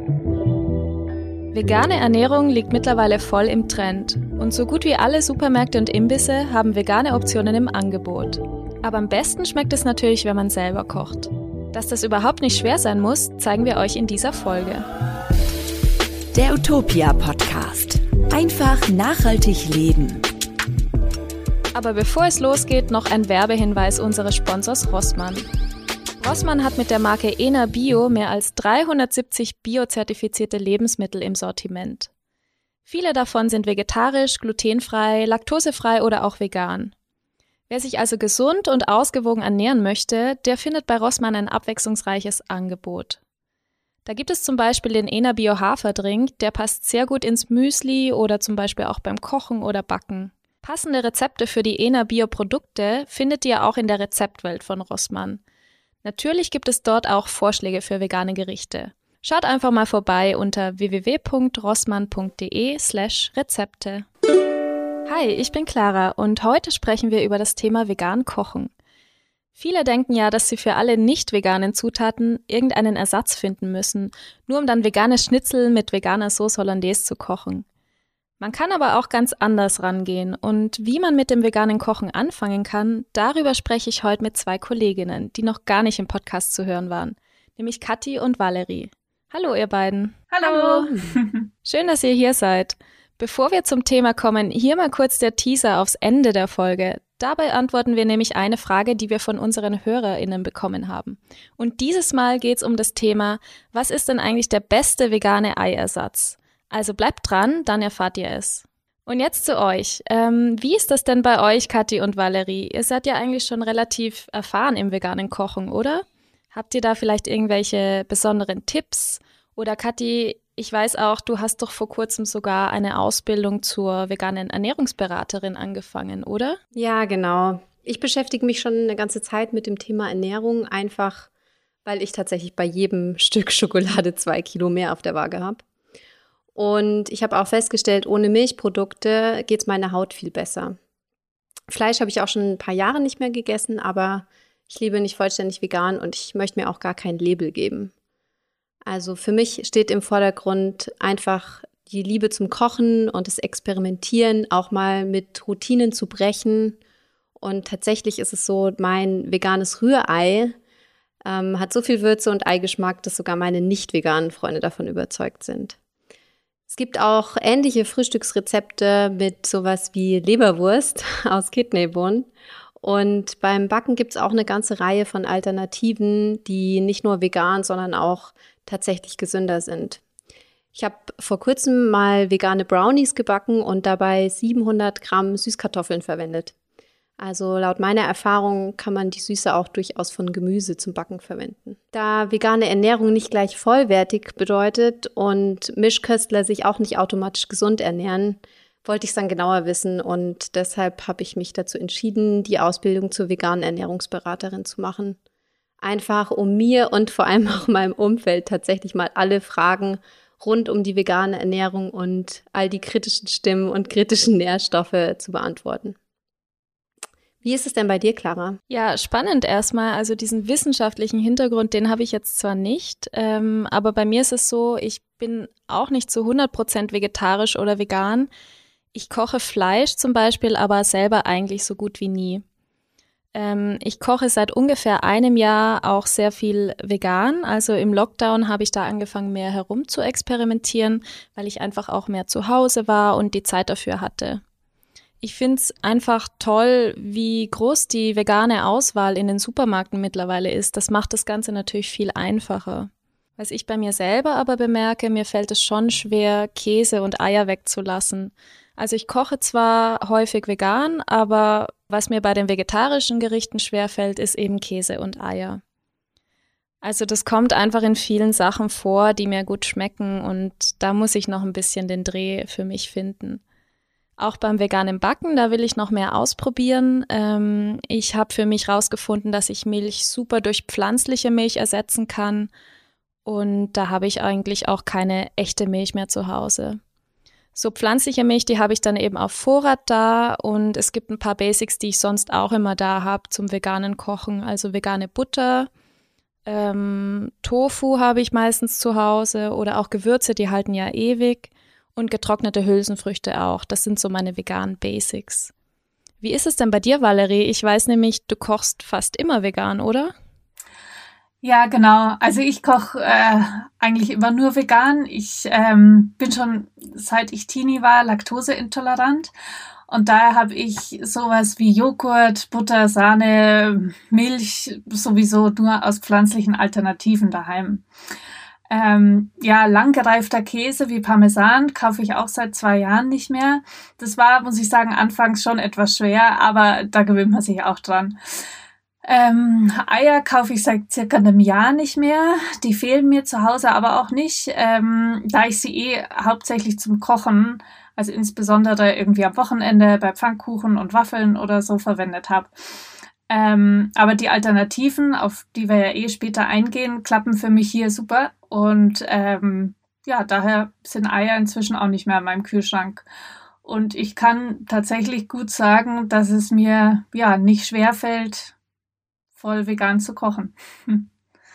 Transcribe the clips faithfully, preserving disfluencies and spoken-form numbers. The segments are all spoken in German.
Vegane Ernährung liegt mittlerweile voll im Trend und so gut wie alle Supermärkte und Imbisse haben vegane Optionen im Angebot. Aber am besten schmeckt es natürlich, wenn man selber kocht. Dass das überhaupt nicht schwer sein muss, zeigen wir euch in dieser Folge. Der Utopia Podcast. Einfach nachhaltig leben. Aber bevor es losgeht, noch ein Werbehinweis unseres Sponsors Rossmann. Rossmann hat mit der Marke Ena Bio mehr als dreihundertsiebzig biozertifizierte Lebensmittel im Sortiment. Viele davon sind vegetarisch, glutenfrei, laktosefrei oder auch vegan. Wer sich also gesund und ausgewogen ernähren möchte, der findet bei Rossmann ein abwechslungsreiches Angebot. Da gibt es zum Beispiel den Ena Bio Haferdrink, der passt sehr gut ins Müsli oder zum Beispiel auch beim Kochen oder Backen. Passende Rezepte für die Ena Bio Produkte findet ihr auch in der Rezeptwelt von Rossmann. Natürlich gibt es dort auch Vorschläge für vegane Gerichte. Schaut einfach mal vorbei unter w w w punkt rossmann punkt d e slash Rezepte. Hi, ich bin Clara und heute sprechen wir über das Thema vegan kochen. Viele denken ja, dass sie für alle nicht veganen Zutaten irgendeinen Ersatz finden müssen, nur um dann vegane Schnitzel mit veganer Sauce Hollandaise zu kochen. Man kann aber auch ganz anders rangehen und wie man mit dem veganen Kochen anfangen kann, darüber spreche ich heute mit zwei Kolleginnen, die noch gar nicht im Podcast zu hören waren, nämlich Kathi und Valerie. Hallo ihr beiden. Hallo. Schön, dass ihr hier seid. Bevor wir zum Thema kommen, hier mal kurz der Teaser aufs Ende der Folge. Dabei antworten wir nämlich eine Frage, die wir von unseren HörerInnen bekommen haben. Und dieses Mal geht es um das Thema, was ist denn eigentlich der beste vegane Eiersatz? Also bleibt dran, dann erfahrt ihr es. Und jetzt zu euch. Ähm, wie ist das denn bei euch, Kathi und Valerie? Ihr seid ja eigentlich schon relativ erfahren im veganen Kochen, oder? Habt ihr da vielleicht irgendwelche besonderen Tipps? Oder Kathi, ich weiß auch, du hast doch vor kurzem sogar eine Ausbildung zur veganen Ernährungsberaterin angefangen, oder? Ja, genau. Ich beschäftige mich schon eine ganze Zeit mit dem Thema Ernährung, einfach weil ich tatsächlich bei jedem Stück Schokolade zwei Kilo mehr auf der Waage habe. Und ich habe auch festgestellt, ohne Milchprodukte geht es meiner Haut viel besser. Fleisch habe ich auch schon ein paar Jahre nicht mehr gegessen, aber ich lebe nicht vollständig vegan und ich möchte mir auch gar kein Label geben. Also für mich steht im Vordergrund einfach die Liebe zum Kochen und das Experimentieren, auch mal mit Routinen zu brechen. Und tatsächlich ist es so, mein veganes Rührei ähm, hat so viel Würze und Eigeschmack, dass sogar meine nicht veganen Freunde davon überzeugt sind. Es gibt auch ähnliche Frühstücksrezepte mit sowas wie Leberwurst aus Kidneybohnen. Und beim Backen gibt es auch eine ganze Reihe von Alternativen, die nicht nur vegan, sondern auch tatsächlich gesünder sind. Ich habe vor kurzem mal vegane Brownies gebacken und dabei siebenhundert Gramm Süßkartoffeln verwendet. Also laut meiner Erfahrung kann man die Süße auch durchaus von Gemüse zum Backen verwenden. Da vegane Ernährung nicht gleich vollwertig bedeutet und Mischköstler sich auch nicht automatisch gesund ernähren, wollte ich es dann genauer wissen und deshalb habe ich mich dazu entschieden, die Ausbildung zur veganen Ernährungsberaterin zu machen. Einfach um mir und vor allem auch meinem Umfeld tatsächlich mal alle Fragen rund um die vegane Ernährung und all die kritischen Stimmen und kritischen Nährstoffe zu beantworten. Wie ist es denn bei dir, Clara? Ja, spannend erstmal. Also diesen wissenschaftlichen Hintergrund, den habe ich jetzt zwar nicht, ähm, aber bei mir ist es so, ich bin auch nicht zu hundert Prozent vegetarisch oder vegan. Ich koche Fleisch zum Beispiel, aber selber eigentlich so gut wie nie. Ähm, ich koche seit ungefähr einem Jahr auch sehr viel vegan. Also im Lockdown habe ich da angefangen, mehr herum zu experimentieren, weil ich einfach auch mehr zu Hause war und die Zeit dafür hatte. Ich finde es einfach toll, wie groß die vegane Auswahl in den Supermärkten mittlerweile ist. Das macht das Ganze natürlich viel einfacher. Was ich bei mir selber aber bemerke, mir fällt es schon schwer, Käse und Eier wegzulassen. Also ich koche zwar häufig vegan, aber was mir bei den vegetarischen Gerichten schwerfällt, ist eben Käse und Eier. Also das kommt einfach in vielen Sachen vor, die mir gut schmecken und da muss ich noch ein bisschen den Dreh für mich finden. Auch beim veganen Backen, da will ich noch mehr ausprobieren. Ähm, ich habe für mich rausgefunden, dass ich Milch super durch pflanzliche Milch ersetzen kann. Und da habe ich eigentlich auch keine echte Milch mehr zu Hause. So pflanzliche Milch, die habe ich dann eben auf Vorrat da. Und es gibt ein paar Basics, die ich sonst auch immer da habe zum veganen Kochen. Also vegane Butter, Ähm, Tofu habe ich meistens zu Hause oder auch Gewürze, die halten ja ewig. Und getrocknete Hülsenfrüchte auch. Das sind so meine veganen Basics. Wie ist es denn bei dir, Valerie? Ich weiß nämlich, du kochst fast immer vegan, oder? Ja, genau. Also ich koche äh, eigentlich immer nur vegan. Ich ähm, bin schon, seit ich Teenie war, laktoseintolerant. Und daher habe ich sowas wie Joghurt, Butter, Sahne, Milch sowieso nur aus pflanzlichen Alternativen daheim. Ähm, ja, langgereifter Käse wie Parmesan kaufe ich auch seit zwei Jahren nicht mehr. Das war, muss ich sagen, anfangs schon etwas schwer, aber da gewöhnt man sich auch dran. Ähm, Eier kaufe ich seit circa einem Jahr nicht mehr. Die fehlen mir zu Hause aber auch nicht, ähm, da ich sie eh hauptsächlich zum Kochen, also insbesondere irgendwie am Wochenende bei Pfannkuchen und Waffeln oder so verwendet habe. Ähm, aber die Alternativen, auf die wir ja eh später eingehen, klappen für mich hier super. Und ähm, ja, daher sind Eier inzwischen auch nicht mehr in meinem Kühlschrank. Und ich kann tatsächlich gut sagen, dass es mir ja nicht schwerfällt, voll vegan zu kochen. Hm.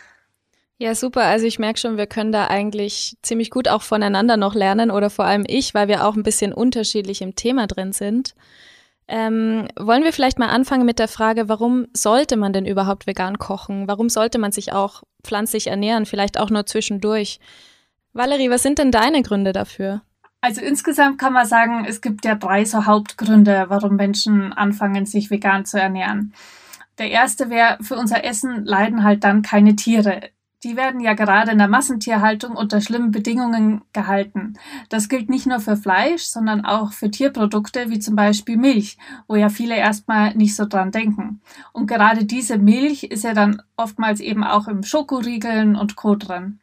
Ja, super. Also ich merke schon, wir können da eigentlich ziemlich gut auch voneinander noch lernen oder vor allem ich, weil wir auch ein bisschen unterschiedlich im Thema drin sind. Ähm, wollen wir vielleicht mal anfangen mit der Frage, warum sollte man denn überhaupt vegan kochen? Warum sollte man sich auch pflanzlich ernähren, vielleicht auch nur zwischendurch? Valerie, was sind denn deine Gründe dafür? Also insgesamt kann man sagen, es gibt ja drei so Hauptgründe, warum Menschen anfangen, sich vegan zu ernähren. Der erste wäre, für unser Essen leiden halt dann keine Tiere. Die werden ja gerade in der Massentierhaltung unter schlimmen Bedingungen gehalten. Das gilt nicht nur für Fleisch, sondern auch für Tierprodukte wie zum Beispiel Milch, wo ja viele erstmal nicht so dran denken. Und gerade diese Milch ist ja dann oftmals eben auch im Schokoriegeln und Co. drin.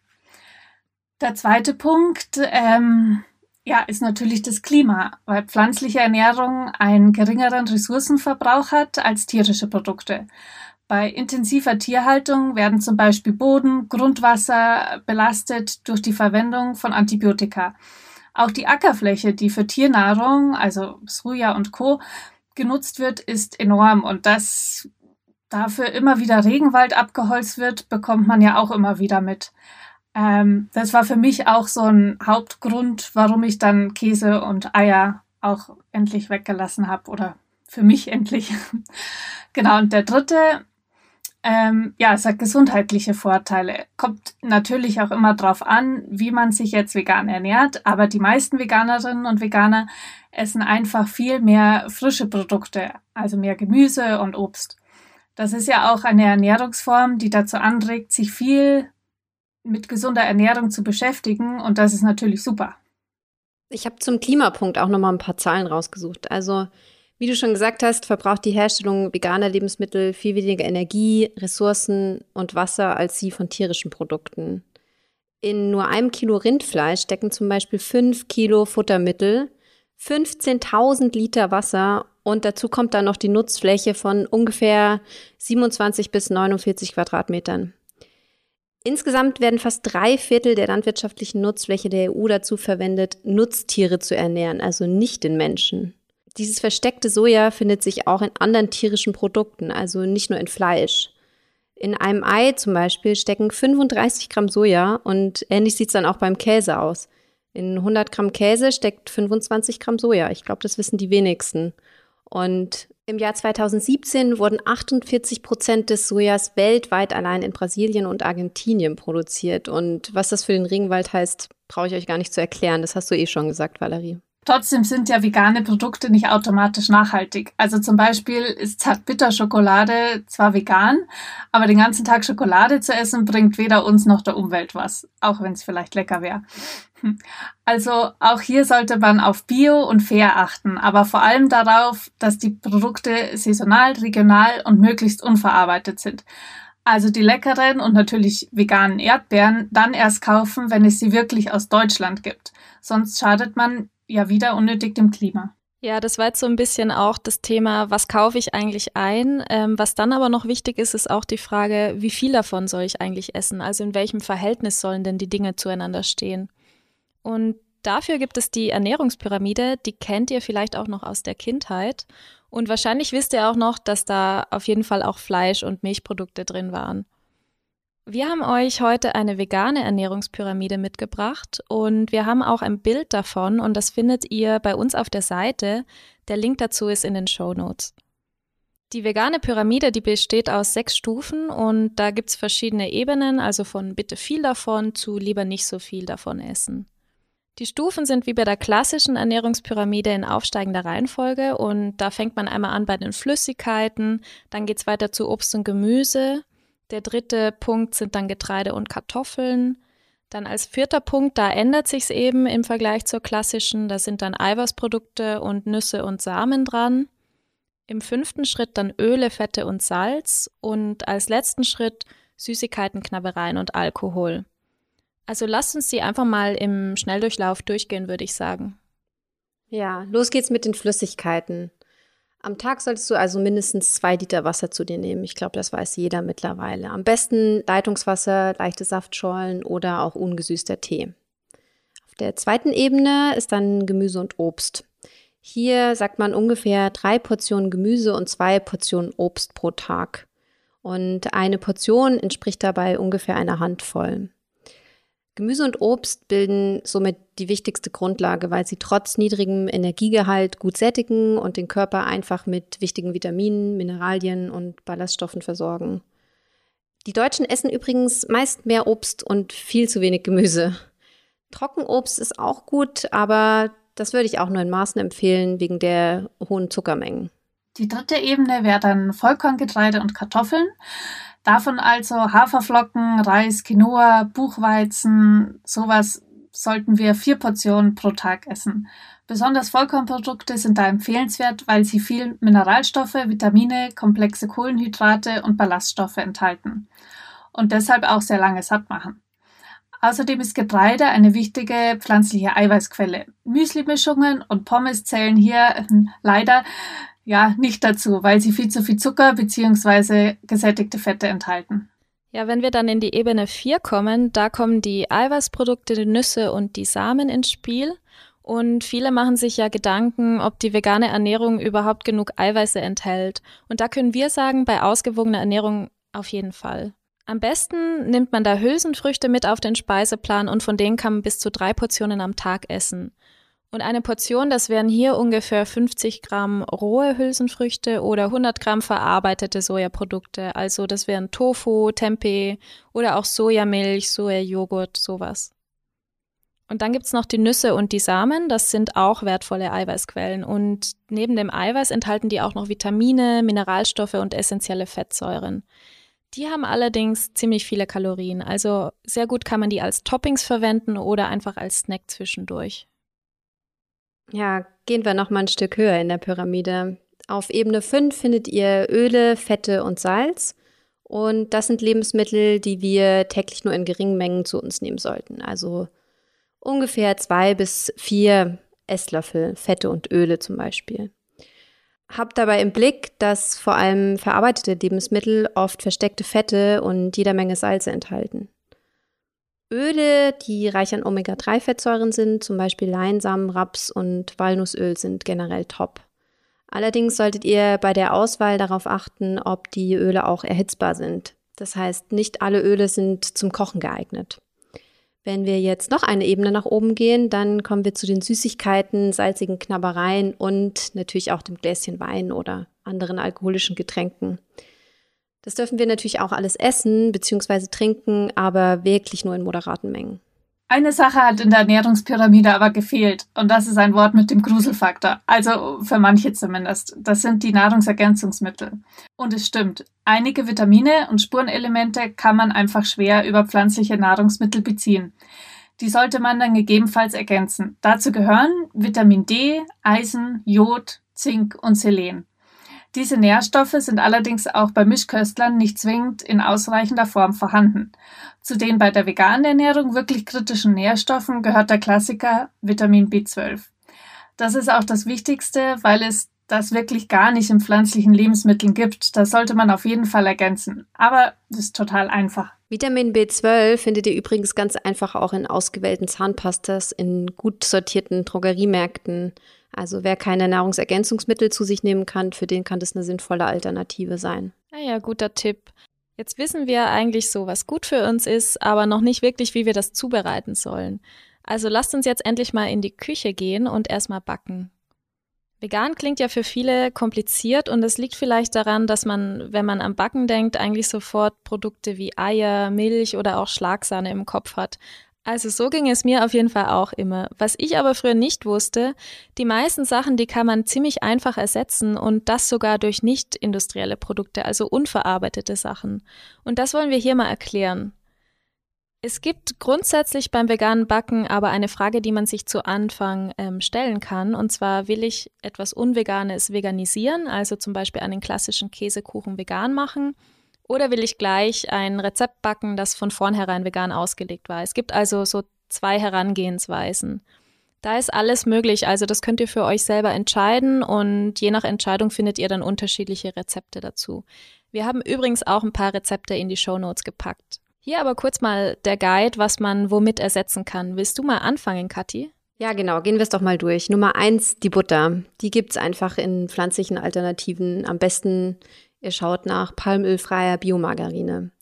Der zweite Punkt ähm, ja, ist natürlich das Klima, weil pflanzliche Ernährung einen geringeren Ressourcenverbrauch hat als tierische Produkte. Bei intensiver Tierhaltung werden zum Beispiel Boden, Grundwasser belastet durch die Verwendung von Antibiotika. Auch die Ackerfläche, die für Tiernahrung, also Soja und Co. genutzt wird, ist enorm. Und dass dafür immer wieder Regenwald abgeholzt wird, bekommt man ja auch immer wieder mit. Ähm, das war für mich auch so ein Hauptgrund, warum ich dann Käse und Eier auch endlich weggelassen habe oder für mich endlich. Genau, und der dritte, ähm, ja, es hat gesundheitliche Vorteile. Kommt natürlich auch immer drauf an, wie man sich jetzt vegan ernährt, aber die meisten Veganerinnen und Veganer essen einfach viel mehr frische Produkte, also mehr Gemüse und Obst. Das ist ja auch eine Ernährungsform, die dazu anregt, sich viel mit gesunder Ernährung zu beschäftigen und das ist natürlich super. Ich habe zum Klimapunkt auch nochmal ein paar Zahlen rausgesucht. Also wie du schon gesagt hast, verbraucht die Herstellung veganer Lebensmittel viel weniger Energie, Ressourcen und Wasser als die von tierischen Produkten. In nur einem Kilo Rindfleisch stecken zum Beispiel fünf Kilo Futtermittel, fünfzehntausend Liter Wasser und dazu kommt dann noch die Nutzfläche von ungefähr siebenundzwanzig bis neunundvierzig Quadratmetern. Insgesamt werden fast drei Viertel der landwirtschaftlichen Nutzfläche der E U dazu verwendet, Nutztiere zu ernähren, also nicht den Menschen. Dieses versteckte Soja findet sich auch in anderen tierischen Produkten, also nicht nur in Fleisch. In einem Ei zum Beispiel stecken fünfunddreißig Gramm Soja und ähnlich sieht es dann auch beim Käse aus. In hundert Gramm Käse steckt fünfundzwanzig Gramm Soja. Ich glaube, das wissen die wenigsten. Und im Jahr zweitausendsiebzehn wurden achtundvierzig Prozent des Sojas weltweit allein in Brasilien und Argentinien produziert. Und was das für den Regenwald heißt, brauche ich euch gar nicht zu erklären. Das hast du eh schon gesagt, Valerie. Trotzdem sind ja vegane Produkte nicht automatisch nachhaltig. Also zum Beispiel ist Zartbitterschokolade zwar vegan, aber den ganzen Tag Schokolade zu essen bringt weder uns noch der Umwelt was, auch wenn es vielleicht lecker wäre. Also auch hier sollte man auf Bio und Fair achten, aber vor allem darauf, dass die Produkte saisonal, regional und möglichst unverarbeitet sind. Also die leckeren und natürlich veganen Erdbeeren dann erst kaufen, wenn es sie wirklich aus Deutschland gibt. Sonst schadet man ja wieder unnötig dem Klima. Ja, das war jetzt so ein bisschen auch das Thema, was kaufe ich eigentlich ein? Ähm, was dann aber noch wichtig ist, ist auch die Frage, wie viel davon soll ich eigentlich essen? Also in welchem Verhältnis sollen denn die Dinge zueinander stehen? Und dafür gibt es die Ernährungspyramide, die kennt ihr vielleicht auch noch aus der Kindheit. Und wahrscheinlich wisst ihr auch noch, dass da auf jeden Fall auch Fleisch und Milchprodukte drin waren. Wir haben euch heute eine vegane Ernährungspyramide mitgebracht und wir haben auch ein Bild davon und das findet ihr bei uns auf der Seite. Der Link dazu ist in den Shownotes. Die vegane Pyramide, die besteht aus sechs Stufen und da gibt's verschiedene Ebenen, also von bitte viel davon zu lieber nicht so viel davon essen. Die Stufen sind wie bei der klassischen Ernährungspyramide in aufsteigender Reihenfolge und da fängt man einmal an bei den Flüssigkeiten, dann geht's weiter zu Obst und Gemüse. Der dritte Punkt sind dann Getreide und Kartoffeln. Dann als vierter Punkt, da ändert sich's eben im Vergleich zur klassischen, da sind dann Eiweißprodukte und Nüsse und Samen dran. Im fünften Schritt dann Öle, Fette und Salz und als letzten Schritt Süßigkeiten, Knabbereien und Alkohol. Also lasst uns die einfach mal im Schnelldurchlauf durchgehen, würde ich sagen. Ja, los geht's mit den Flüssigkeiten. Am Tag solltest du also mindestens zwei Liter Wasser zu dir nehmen. Ich glaube, das weiß jeder mittlerweile. Am besten Leitungswasser, leichte Saftschorlen oder auch ungesüßter Tee. Auf der zweiten Ebene ist dann Gemüse und Obst. Hier sagt man ungefähr drei Portionen Gemüse und zwei Portionen Obst pro Tag. Und eine Portion entspricht dabei ungefähr einer Handvoll. Gemüse und Obst bilden somit die wichtigste Grundlage, weil sie trotz niedrigem Energiegehalt gut sättigen und den Körper einfach mit wichtigen Vitaminen, Mineralien und Ballaststoffen versorgen. Die Deutschen essen übrigens meist mehr Obst und viel zu wenig Gemüse. Trockenobst ist auch gut, aber das würde ich auch nur in Maßen empfehlen, wegen der hohen Zuckermengen. Die dritte Ebene wäre dann Vollkorngetreide und Kartoffeln. Davon also Haferflocken, Reis, Quinoa, Buchweizen, sowas sollten wir vier Portionen pro Tag essen. Besonders Vollkornprodukte sind da empfehlenswert, weil sie viel Mineralstoffe, Vitamine, komplexe Kohlenhydrate und Ballaststoffe enthalten und deshalb auch sehr lange satt machen. Außerdem ist Getreide eine wichtige pflanzliche Eiweißquelle. Müsli-Mischungen und Pommes zählen hier äh, leider ja nicht dazu, weil sie viel zu viel Zucker bzw. gesättigte Fette enthalten. Ja, wenn wir dann in die Ebene vier kommen, da kommen die Eiweißprodukte, die Nüsse und die Samen ins Spiel. Und viele machen sich ja Gedanken, ob die vegane Ernährung überhaupt genug Eiweiße enthält. Und da können wir sagen, bei ausgewogener Ernährung auf jeden Fall. Am besten nimmt man da Hülsenfrüchte mit auf den Speiseplan und von denen kann man bis zu drei Portionen am Tag essen. Und eine Portion, das wären hier ungefähr fünfzig Gramm rohe Hülsenfrüchte oder hundert Gramm verarbeitete Sojaprodukte. Also das wären Tofu, Tempeh oder auch Sojamilch, Sojajoghurt, sowas. Und dann gibt's noch die Nüsse und die Samen, das sind auch wertvolle Eiweißquellen. Und neben dem Eiweiß enthalten die auch noch Vitamine, Mineralstoffe und essentielle Fettsäuren. Die haben allerdings ziemlich viele Kalorien, also sehr gut kann man die als Toppings verwenden oder einfach als Snack zwischendurch. Ja, gehen wir noch mal ein Stück höher in der Pyramide. Auf Ebene fünf findet ihr Öle, Fette und Salz. Und das sind Lebensmittel, die wir täglich nur in geringen Mengen zu uns nehmen sollten. Also ungefähr zwei bis vier Esslöffel Fette und Öle zum Beispiel. Habt dabei im Blick, dass vor allem verarbeitete Lebensmittel oft versteckte Fette und jeder Menge Salze enthalten. Öle, die reich an Omega drei Fettsäuren sind, zum Beispiel Leinsamen, Raps und Walnussöl, sind generell top. Allerdings solltet ihr bei der Auswahl darauf achten, ob die Öle auch erhitzbar sind. Das heißt, nicht alle Öle sind zum Kochen geeignet. Wenn wir jetzt noch eine Ebene nach oben gehen, dann kommen wir zu den Süßigkeiten, salzigen Knabbereien und natürlich auch dem Gläschen Wein oder anderen alkoholischen Getränken. Das dürfen wir natürlich auch alles essen bzw. trinken, aber wirklich nur in moderaten Mengen. Eine Sache hat in der Ernährungspyramide aber gefehlt und das ist ein Wort mit dem Gruselfaktor, also für manche zumindest. Das sind die Nahrungsergänzungsmittel. Und es stimmt, einige Vitamine und Spurenelemente kann man einfach schwer über pflanzliche Nahrungsmittel beziehen. Die sollte man dann gegebenenfalls ergänzen. Dazu gehören Vitamin D, Eisen, Jod, Zink und Selen. Diese Nährstoffe sind allerdings auch bei Mischköstlern nicht zwingend in ausreichender Form vorhanden. Zu den bei der veganen Ernährung wirklich kritischen Nährstoffen gehört der Klassiker Vitamin B zwölf. Das ist auch das Wichtigste, weil es das wirklich gar nicht in pflanzlichen Lebensmitteln gibt. Das sollte man auf jeden Fall ergänzen. Aber das ist total einfach. Vitamin B zwölf findet ihr übrigens ganz einfach auch in ausgewählten Zahnpastas, in gut sortierten Drogeriemärkten. Also wer keine Nahrungsergänzungsmittel zu sich nehmen kann, für den kann das eine sinnvolle Alternative sein. Ah ja, guter Tipp. Jetzt wissen wir eigentlich so, was gut für uns ist, aber noch nicht wirklich, wie wir das zubereiten sollen. Also lasst uns jetzt endlich mal in die Küche gehen und erstmal backen. Vegan klingt ja für viele kompliziert und es liegt vielleicht daran, dass man, wenn man am Backen denkt, eigentlich sofort Produkte wie Eier, Milch oder auch Schlagsahne im Kopf hat. Also so ging es mir auf jeden Fall auch immer. Was ich aber früher nicht wusste, die meisten Sachen, die kann man ziemlich einfach ersetzen und das sogar durch nicht industrielle Produkte, also unverarbeitete Sachen. Und das wollen wir hier mal erklären. Es gibt grundsätzlich beim veganen Backen aber eine Frage, die man sich zu Anfang ähm, stellen kann. Und zwar, will ich etwas Unveganes veganisieren, also zum Beispiel einen klassischen Käsekuchen vegan machen, oder will ich gleich ein Rezept backen, das von vornherein vegan ausgelegt war? Es gibt also so zwei Herangehensweisen. Da ist alles möglich, also das könnt ihr für euch selber entscheiden und je nach Entscheidung findet ihr dann unterschiedliche Rezepte dazu. Wir haben übrigens auch ein paar Rezepte in die Shownotes gepackt. Hier aber kurz mal der Guide, was man womit ersetzen kann. Willst du mal anfangen, Kathi? Ja, genau. Gehen wir es doch mal durch. Nummer eins, die Butter. Die gibt's einfach in pflanzlichen Alternativen. Am besten, ihr schaut nach palmölfreier Biomargarine.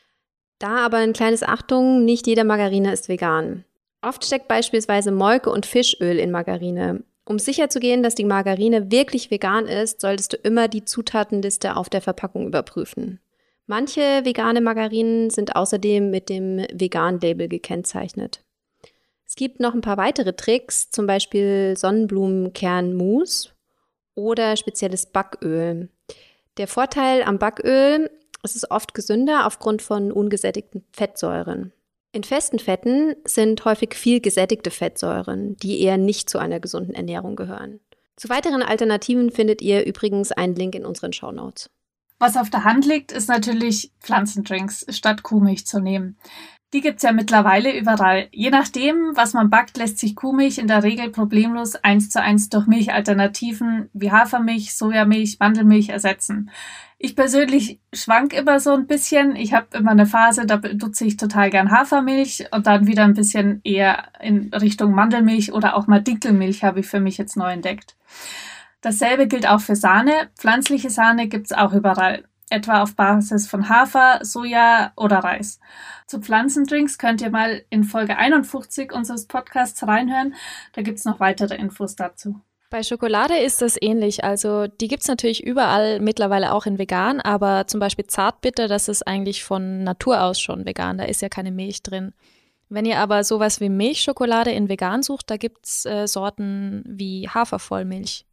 Da aber ein kleines Achtung, nicht jede Margarine ist vegan. Oft steckt beispielsweise Molke und Fischöl in Margarine. Um sicherzugehen, dass die Margarine wirklich vegan ist, solltest du immer die Zutatenliste auf der Verpackung überprüfen. Manche vegane Margarinen sind außerdem mit dem Vegan-Label gekennzeichnet. Es gibt noch ein paar weitere Tricks, zum Beispiel Sonnenblumenkernmousse oder spezielles Backöl. Der Vorteil am Backöl, es ist oft gesünder aufgrund von ungesättigten Fettsäuren. In festen Fetten sind häufig viel gesättigte Fettsäuren, die eher nicht zu einer gesunden Ernährung gehören. Zu weiteren Alternativen findet ihr übrigens einen Link in unseren Shownotes. Was auf der Hand liegt, ist natürlich Pflanzendrinks statt Kuhmilch zu nehmen. Die gibt's ja mittlerweile überall. Je nachdem, was man backt, lässt sich Kuhmilch in der Regel problemlos eins zu eins durch Milchalternativen wie Hafermilch, Sojamilch, Mandelmilch ersetzen. Ich persönlich schwank immer so ein bisschen. Ich habe immer eine Phase, da benutze ich total gern Hafermilch und dann wieder ein bisschen eher in Richtung Mandelmilch oder auch mal Dinkelmilch habe ich für mich jetzt neu entdeckt. Dasselbe gilt auch für Sahne. Pflanzliche Sahne gibt's auch überall, etwa auf Basis von Hafer, Soja oder Reis. Zu Pflanzendrinks könnt ihr mal in Folge einundfünfzig unseres Podcasts reinhören. Da gibt's noch weitere Infos dazu. Bei Schokolade ist das ähnlich. Also die gibt's natürlich überall, mittlerweile auch in vegan, aber zum Beispiel Zartbitter, das ist eigentlich von Natur aus schon vegan. Da ist ja keine Milch drin. Wenn ihr aber sowas wie Milchschokolade in vegan sucht, da gibt's äh, Sorten wie Hafervollmilch.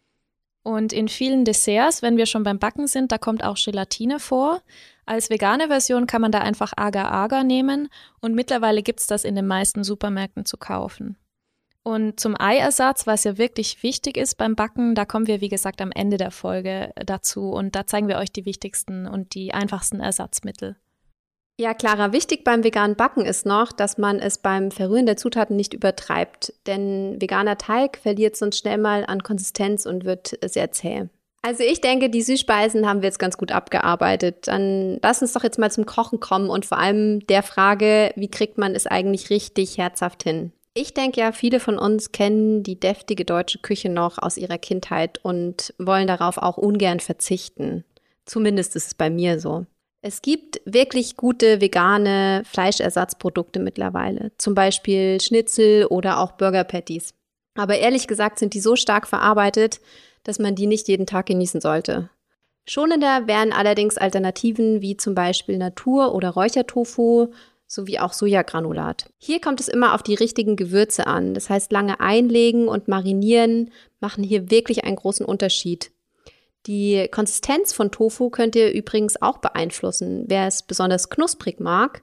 Und in vielen Desserts, wenn wir schon beim Backen sind, da kommt auch Gelatine vor. Als vegane Version kann man da einfach Agar-Agar nehmen und mittlerweile gibt's das in den meisten Supermärkten zu kaufen. Und zum Eiersatz, was ja wirklich wichtig ist beim Backen, da kommen wir, wie gesagt, am Ende der Folge dazu und da zeigen wir euch die wichtigsten und die einfachsten Ersatzmittel. Ja, Clara, wichtig beim veganen Backen ist noch, dass man es beim Verrühren der Zutaten nicht übertreibt, denn veganer Teig verliert sonst schnell mal an Konsistenz und wird sehr zäh. Also ich denke, die Süßspeisen haben wir jetzt ganz gut abgearbeitet. Dann lass uns doch jetzt mal zum Kochen kommen und vor allem der Frage, wie kriegt man es eigentlich richtig herzhaft hin? Ich denke ja, viele von uns kennen die deftige deutsche Küche noch aus ihrer Kindheit und wollen darauf auch ungern verzichten. Zumindest ist es bei mir so. Es gibt wirklich gute vegane Fleischersatzprodukte mittlerweile, zum Beispiel Schnitzel oder auch Burger Patties. Aber ehrlich gesagt sind die so stark verarbeitet, dass man die nicht jeden Tag genießen sollte. Schonender wären allerdings Alternativen wie zum Beispiel Natur- oder Räuchertofu sowie auch Sojagranulat. Hier kommt es immer auf die richtigen Gewürze an. Das heißt, lange einlegen und marinieren machen hier wirklich einen großen Unterschied. Die Konsistenz von Tofu könnt ihr übrigens auch beeinflussen. Wer es besonders knusprig mag,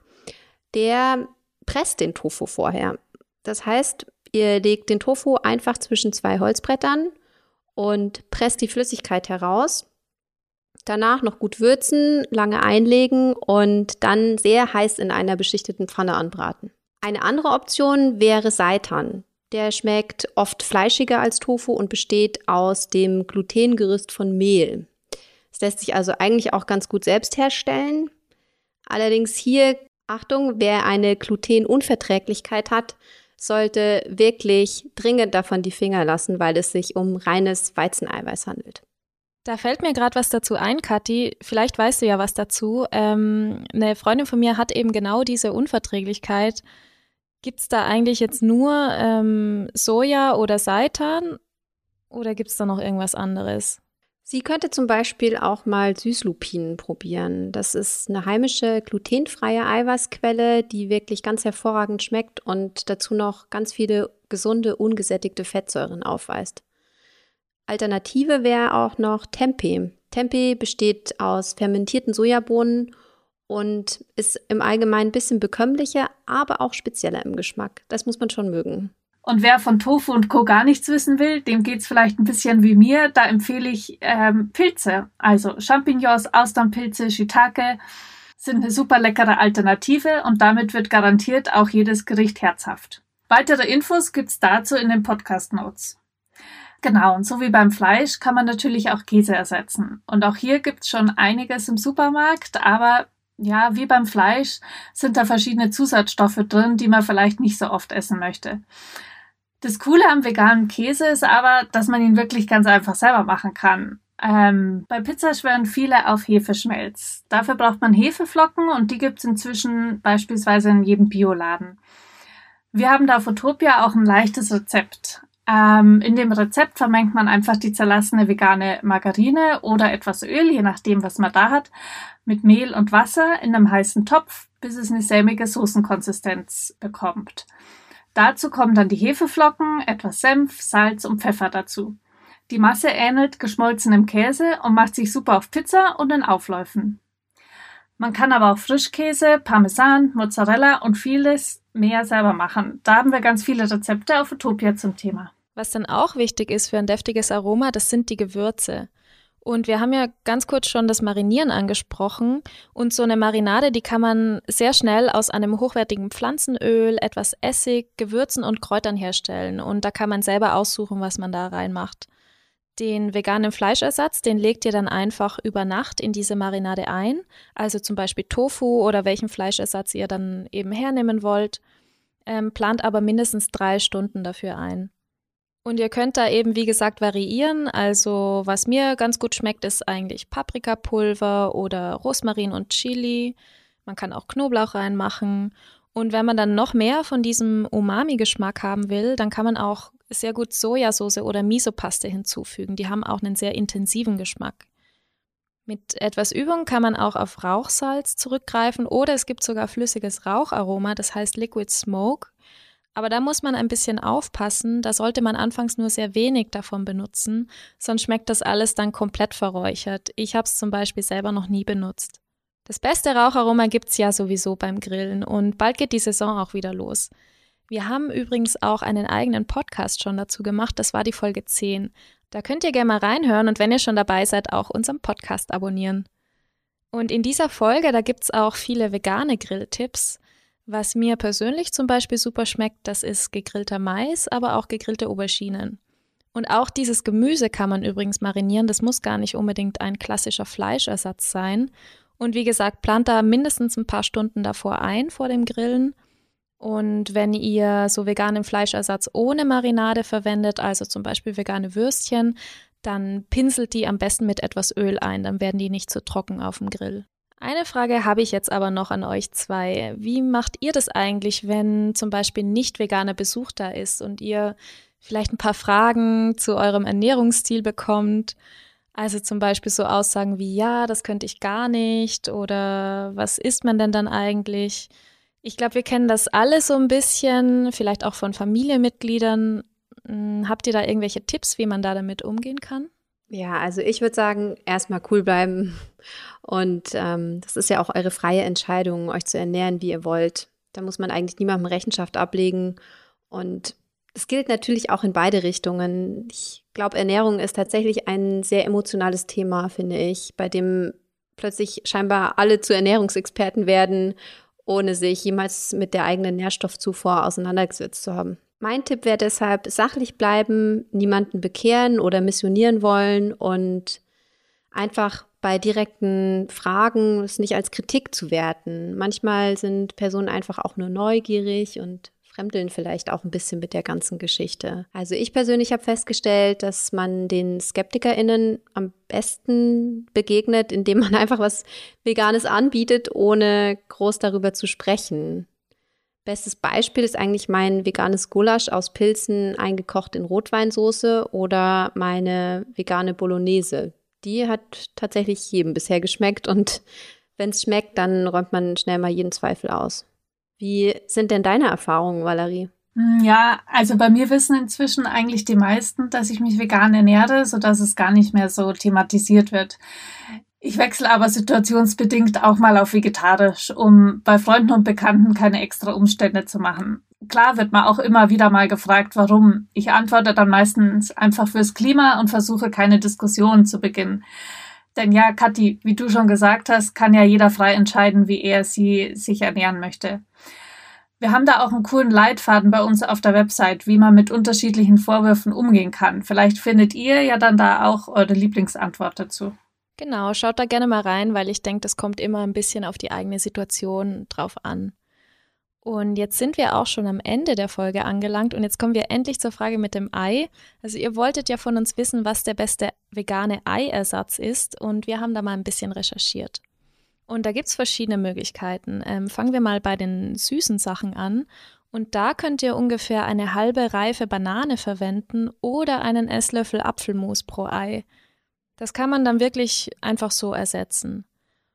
der presst den Tofu vorher. Das heißt, ihr legt den Tofu einfach zwischen zwei Holzbrettern und presst die Flüssigkeit heraus. Danach noch gut würzen, lange einlegen und dann sehr heiß in einer beschichteten Pfanne anbraten. Eine andere Option wäre Seitan. Der schmeckt oft fleischiger als Tofu und besteht aus dem Glutengerüst von Mehl. Es lässt sich also eigentlich auch ganz gut selbst herstellen. Allerdings hier, Achtung, wer eine Glutenunverträglichkeit hat, sollte wirklich dringend davon die Finger lassen, weil es sich um reines Weizeneiweiß handelt. Da fällt mir gerade was dazu ein, Kathi. Vielleicht weißt du ja was dazu. Ähm, eine Freundin von mir hat eben genau diese Unverträglichkeit. Gibt es da eigentlich jetzt nur ähm, Soja oder Seitan oder gibt es da noch irgendwas anderes? Sie könnte zum Beispiel auch mal Süßlupinen probieren. Das ist eine heimische, glutenfreie Eiweißquelle, die wirklich ganz hervorragend schmeckt und dazu noch ganz viele gesunde, ungesättigte Fettsäuren aufweist. Alternative wäre auch noch Tempeh. Tempeh besteht aus fermentierten Sojabohnen und ist im Allgemeinen ein bisschen bekömmlicher, aber auch spezieller im Geschmack. Das muss man schon mögen. Und wer von Tofu und Co. gar nichts wissen will, dem geht's vielleicht ein bisschen wie mir. Da empfehle ich ähm, Pilze. Also Champignons, Austernpilze, Shiitake sind eine super leckere Alternative und damit wird garantiert auch jedes Gericht herzhaft. Weitere Infos gibt's dazu in den Podcast-Notes. Genau, und so wie beim Fleisch kann man natürlich auch Käse ersetzen. Und auch hier gibt's schon einiges im Supermarkt, aber ja, wie beim Fleisch sind da verschiedene Zusatzstoffe drin, die man vielleicht nicht so oft essen möchte. Das Coole am veganen Käse ist aber, dass man ihn wirklich ganz einfach selber machen kann. Ähm, bei Pizza schwören viele auf Hefeschmelz. Dafür braucht man Hefeflocken und die gibt's inzwischen beispielsweise in jedem Bioladen. Wir haben da auf Utopia auch ein leichtes Rezept. Ähm, in dem Rezept vermengt man einfach die zerlassene vegane Margarine oder etwas Öl, je nachdem, was man da hat, mit Mehl und Wasser in einem heißen Topf, bis es eine sämige Soßenkonsistenz bekommt. Dazu kommen dann die Hefeflocken, etwas Senf, Salz und Pfeffer dazu. Die Masse ähnelt geschmolzenem Käse und macht sich super auf Pizza und in Aufläufen. Man kann aber auch Frischkäse, Parmesan, Mozzarella und vieles mehr selber machen. Da haben wir ganz viele Rezepte auf Utopia zum Thema. Was dann auch wichtig ist für ein deftiges Aroma, das sind die Gewürze. Und wir haben ja ganz kurz schon das Marinieren angesprochen. Und so eine Marinade, die kann man sehr schnell aus einem hochwertigen Pflanzenöl, etwas Essig, Gewürzen und Kräutern herstellen. Und da kann man selber aussuchen, was man da reinmacht. Den veganen Fleischersatz, den legt ihr dann einfach über Nacht in diese Marinade ein. Also zum Beispiel Tofu oder welchen Fleischersatz ihr dann eben hernehmen wollt. Ähm, plant aber mindestens drei Stunden dafür ein. Und ihr könnt da eben, wie gesagt, variieren. Also was mir ganz gut schmeckt, ist eigentlich Paprikapulver oder Rosmarin und Chili. Man kann auch Knoblauch reinmachen. Und wenn man dann noch mehr von diesem Umami-Geschmack haben will, dann kann man auch sehr gut Sojasauce oder Misopaste hinzufügen. Die haben auch einen sehr intensiven Geschmack. Mit etwas Übung kann man auch auf Rauchsalz zurückgreifen oder es gibt sogar flüssiges Raucharoma, das heißt Liquid Smoke. Aber da muss man ein bisschen aufpassen, da sollte man anfangs nur sehr wenig davon benutzen, sonst schmeckt das alles dann komplett verräuchert. Ich habe es zum Beispiel selber noch nie benutzt. Das beste Raucharoma gibt's ja sowieso beim Grillen und bald geht die Saison auch wieder los. Wir haben übrigens auch einen eigenen Podcast schon dazu gemacht, das war die Folge zehn. Da könnt ihr gerne mal reinhören und wenn ihr schon dabei seid, auch unseren Podcast abonnieren. Und in dieser Folge, da gibt's auch viele vegane Grilltipps. Was mir persönlich zum Beispiel super schmeckt, das ist gegrillter Mais, aber auch gegrillte Auberginen. Und auch dieses Gemüse kann man übrigens marinieren, das muss gar nicht unbedingt ein klassischer Fleischersatz sein. Und wie gesagt, plant da mindestens ein paar Stunden davor ein, vor dem Grillen. Und wenn ihr so veganen Fleischersatz ohne Marinade verwendet, also zum Beispiel vegane Würstchen, dann pinselt die am besten mit etwas Öl ein, dann werden die nicht zu trocken auf dem Grill. Eine Frage habe ich jetzt aber noch an euch zwei. Wie macht ihr das eigentlich, wenn zum Beispiel nicht veganer Besuch da ist und ihr vielleicht ein paar Fragen zu eurem Ernährungsstil bekommt? Also zum Beispiel so Aussagen wie, ja, das könnte ich gar nicht oder was isst man denn dann eigentlich? Ich glaube, wir kennen das alle so ein bisschen, vielleicht auch von Familienmitgliedern. Habt ihr da irgendwelche Tipps, wie man da damit umgehen kann? Ja, also ich würde sagen, erstmal cool bleiben und ähm, das ist ja auch eure freie Entscheidung, euch zu ernähren, wie ihr wollt. Da muss man eigentlich niemandem Rechenschaft ablegen und es gilt natürlich auch in beide Richtungen. Ich glaube, Ernährung ist tatsächlich ein sehr emotionales Thema, finde ich, bei dem plötzlich scheinbar alle zu Ernährungsexperten werden, ohne sich jemals mit der eigenen Nährstoffzufuhr auseinandergesetzt zu haben. Mein Tipp wäre deshalb, sachlich bleiben, niemanden bekehren oder missionieren wollen und einfach bei direkten Fragen es nicht als Kritik zu werten. Manchmal sind Personen einfach auch nur neugierig und fremdeln vielleicht auch ein bisschen mit der ganzen Geschichte. Also ich persönlich habe festgestellt, dass man den SkeptikerInnen am besten begegnet, indem man einfach was Veganes anbietet, ohne groß darüber zu sprechen. Bestes Beispiel ist eigentlich mein veganes Gulasch aus Pilzen eingekocht in Rotweinsoße oder meine vegane Bolognese. Die hat tatsächlich jedem bisher geschmeckt und wenn es schmeckt, dann räumt man schnell mal jeden Zweifel aus. Wie sind denn deine Erfahrungen, Valerie? Ja, also bei mir wissen inzwischen eigentlich die meisten, dass ich mich vegan ernähre, sodass es gar nicht mehr so thematisiert wird. Ich wechsle aber situationsbedingt auch mal auf vegetarisch, um bei Freunden und Bekannten keine extra Umstände zu machen. Klar wird man auch immer wieder mal gefragt, warum. Ich antworte dann meistens einfach fürs Klima und versuche keine Diskussion zu beginnen. Denn ja, Kathi, wie du schon gesagt hast, kann ja jeder frei entscheiden, wie er sie sich ernähren möchte. Wir haben da auch einen coolen Leitfaden bei uns auf der Website, wie man mit unterschiedlichen Vorwürfen umgehen kann. Vielleicht findet ihr ja dann da auch eure Lieblingsantwort dazu. Genau, schaut da gerne mal rein, weil ich denke, das kommt immer ein bisschen auf die eigene Situation drauf an. Und jetzt sind wir auch schon am Ende der Folge angelangt und jetzt kommen wir endlich zur Frage mit dem Ei. Also ihr wolltet ja von uns wissen, was der beste vegane Eiersatz ist und wir haben da mal ein bisschen recherchiert. Und da gibt's verschiedene Möglichkeiten. Ähm, fangen wir mal bei den süßen Sachen an und da könnt ihr ungefähr eine halbe reife Banane verwenden oder einen Esslöffel Apfelmus pro Ei. Das kann man dann wirklich einfach so ersetzen.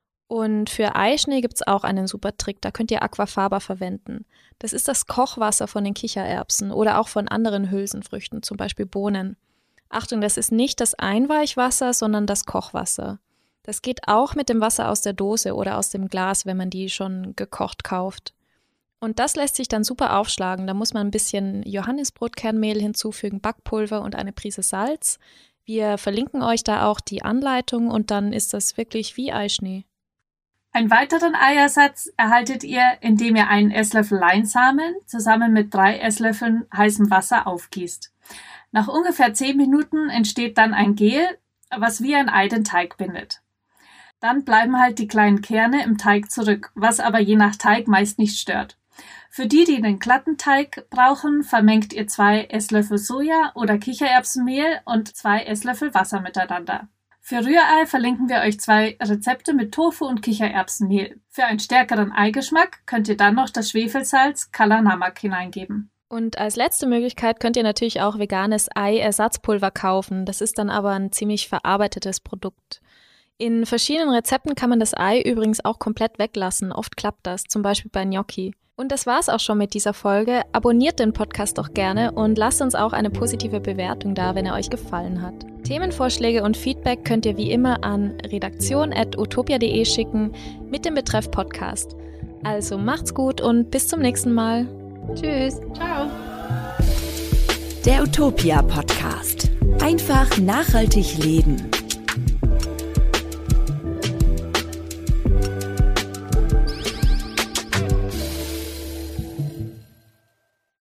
Und für Eischnee gibt's auch einen super Trick, da könnt ihr Aquafaba verwenden. Das ist das Kochwasser von den Kichererbsen oder auch von anderen Hülsenfrüchten, zum Beispiel Bohnen. Achtung, das ist nicht das Einweichwasser, sondern das Kochwasser. Das geht auch mit dem Wasser aus der Dose oder aus dem Glas, wenn man die schon gekocht kauft. Und das lässt sich dann super aufschlagen. Da muss man ein bisschen Johannisbrotkernmehl hinzufügen, Backpulver und eine Prise Salz. Wir verlinken euch da auch die Anleitung und dann ist das wirklich wie Eischnee. Einen weiteren Eiersatz erhaltet ihr, indem ihr einen Esslöffel Leinsamen zusammen mit drei Esslöffeln heißem Wasser aufgießt. Nach ungefähr zehn Minuten entsteht dann ein Gel, was wie ein Ei den Teig bindet. Dann bleiben halt die kleinen Kerne im Teig zurück, was aber je nach Teig meist nicht stört. Für die, die den glatten Teig brauchen, vermengt ihr zwei Esslöffel Soja- oder Kichererbsenmehl und zwei Esslöffel Wasser miteinander. Für Rührei verlinken wir euch zwei Rezepte mit Tofu und Kichererbsenmehl. Für einen stärkeren Eigeschmack könnt ihr dann noch das Schwefelsalz Kala Namak hineingeben. Und als letzte Möglichkeit könnt ihr natürlich auch veganes Ei-Ersatzpulver kaufen. Das ist dann aber ein ziemlich verarbeitetes Produkt. In verschiedenen Rezepten kann man das Ei übrigens auch komplett weglassen. Oft klappt das, zum Beispiel bei Gnocchi. Und das war's auch schon mit dieser Folge. Abonniert den Podcast doch gerne und lasst uns auch eine positive Bewertung da, wenn er euch gefallen hat. Themenvorschläge und Feedback könnt ihr wie immer an redaktion at utopia punkt de schicken mit dem Betreff Podcast. Also macht's gut und bis zum nächsten Mal. Tschüss. Ciao. Der Utopia Podcast. Einfach nachhaltig leben.